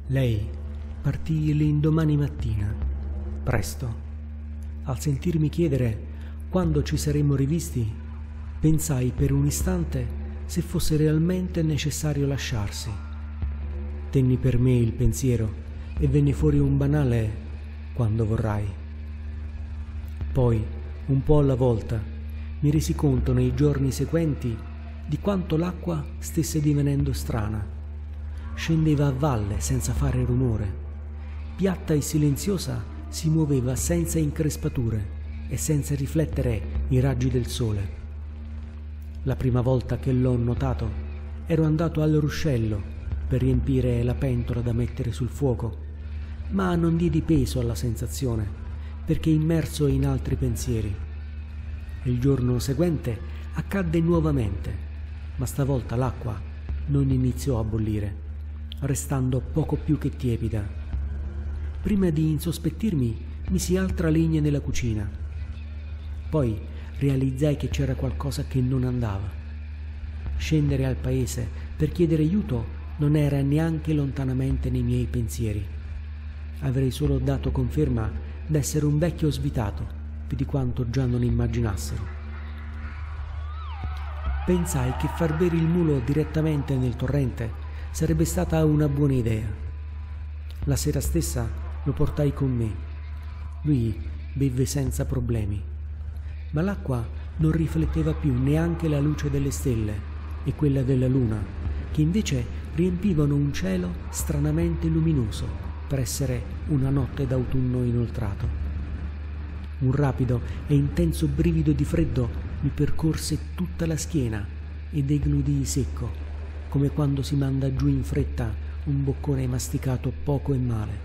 Lei partì l'indomani mattina, presto. Al sentirmi chiedere quando ci saremmo rivisti, pensai per un istante se fosse realmente necessario lasciarsi. Tenni per me il pensiero e venne fuori un banale "quando vorrai". Poi, un po' alla volta, mi resi conto nei giorni seguenti di quanto l'acqua stesse divenendo strana. Scendeva a valle senza fare rumore, piatta e silenziosa si muoveva senza increspature e senza riflettere i raggi del sole. La prima volta che l'ho notato ero andato al ruscello per riempire la pentola da mettere sul fuoco, ma non diedi peso alla sensazione perché immerso in altri pensieri. Il giorno seguente accadde nuovamente, ma stavolta l'acqua non iniziò a bollire, restando poco più che tiepida. Prima di insospettirmi misi altra legna nella cucina. Poi realizzai che c'era qualcosa che non andava. Scendere al paese per chiedere aiuto non era neanche lontanamente nei miei pensieri. Avrei solo dato conferma d'essere un vecchio svitato, più di quanto già non immaginassero. Pensai che far bere il mulo direttamente nel torrente sarebbe stata una buona idea. La sera stessa lo portai con me. Lui bevve senza problemi, ma l'acqua non rifletteva più neanche la luce delle stelle e quella della luna, che invece riempivano un cielo stranamente luminoso per essere una notte d'autunno inoltrato. Un rapido e intenso brivido di freddo mi percorse tutta la schiena e degludii secco, come quando si manda giù in fretta un boccone masticato poco e male.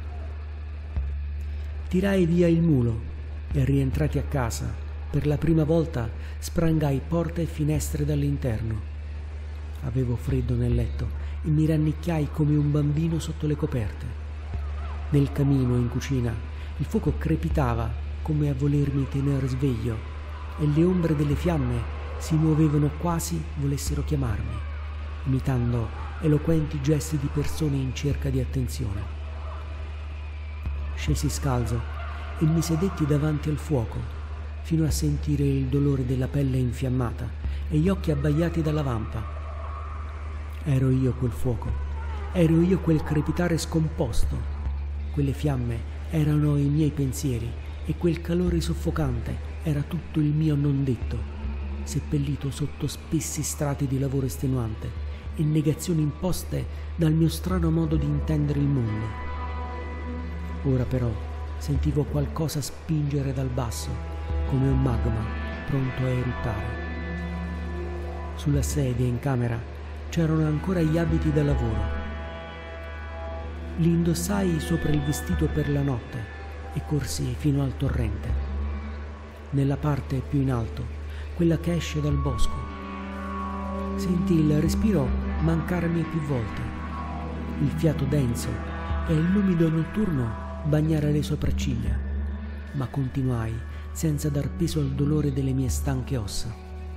Tirai via il mulo e, rientrati a casa, per la prima volta sprangai porte e finestre dall'interno. Avevo freddo nel letto e mi rannicchiai come un bambino sotto le coperte. Nel camino in cucina il fuoco crepitava come a volermi tener sveglio e le ombre delle fiamme si muovevano quasi volessero chiamarmi, imitando eloquenti gesti di persone in cerca di attenzione. Scesi scalzo e mi sedetti davanti al fuoco, fino a sentire il dolore della pelle infiammata e gli occhi abbagliati dalla vampa. Ero io quel fuoco, ero io quel crepitare scomposto, quelle fiamme erano i miei pensieri e quel calore soffocante era tutto il mio non detto, seppellito sotto spessi strati di lavoro estenuante e negazioni imposte dal mio strano modo di intendere il mondo. Ora però sentivo qualcosa spingere dal basso, come un magma pronto a eruttare. Sulla sedia in camera c'erano ancora gli abiti da lavoro. Li indossai sopra il vestito per la notte e corsi fino al torrente. Nella parte più in alto, quella che esce dal bosco, sentì il respiro mancarmi più volte, il fiato denso e l'umido notturno bagnare le sopracciglia, ma continuai senza dar peso al dolore delle mie stanche ossa.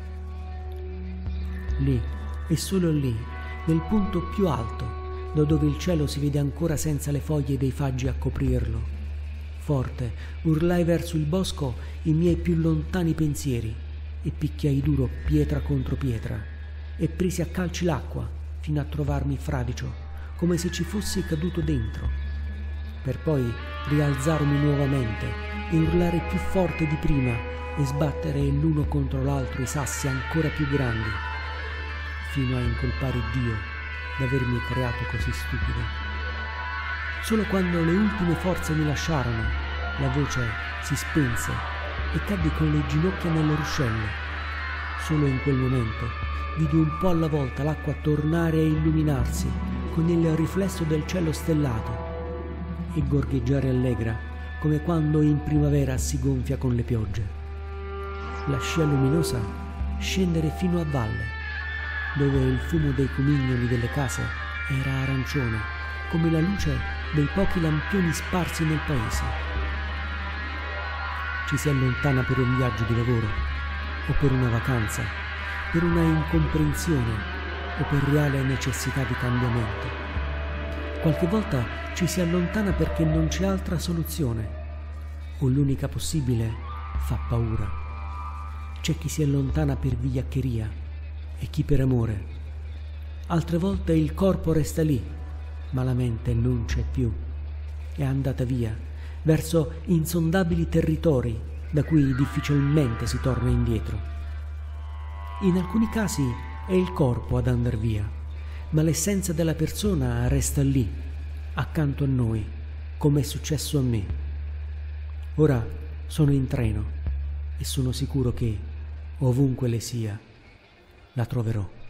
Lì, e solo lì, nel punto più alto, da dove il cielo si vede ancora senza le foglie dei faggi a coprirlo, forte urlai verso il bosco i miei più lontani pensieri e picchiai duro pietra contro pietra e presi a calci l'acqua fino a trovarmi fradicio, come se ci fossi caduto dentro, per poi rialzarmi nuovamente e urlare più forte di prima e sbattere l'uno contro l'altro i sassi ancora più grandi, fino a incolpare Dio d'avermi creato così stupido. Solo quando le ultime forze mi lasciarono, la voce si spense e caddi con le ginocchia nel ruscello. Solo in quel momento vidi un po' alla volta l'acqua tornare a illuminarsi con il riflesso del cielo stellato e gorgheggiare allegra come quando in primavera si gonfia con le piogge. La scia luminosa scendere fino a valle, dove il fumo dei comignoli delle case era arancione come la luce dei pochi lampioni sparsi nel paese. Ci si allontana per un viaggio di lavoro o per una vacanza, per una incomprensione o per reale necessità di cambiamento. Qualche volta ci si allontana perché non c'è altra soluzione, o l'unica possibile fa paura. C'è chi si allontana per vigliaccheria e chi per amore. Altre volte il corpo resta lì, ma la mente non c'è più. È andata via, verso insondabili territori da cui difficilmente si torna indietro. In alcuni casi è il corpo ad andar via, ma l'essenza della persona resta lì, accanto a noi, come è successo a me. Ora sono in treno e sono sicuro che, ovunque le sia, la troverò.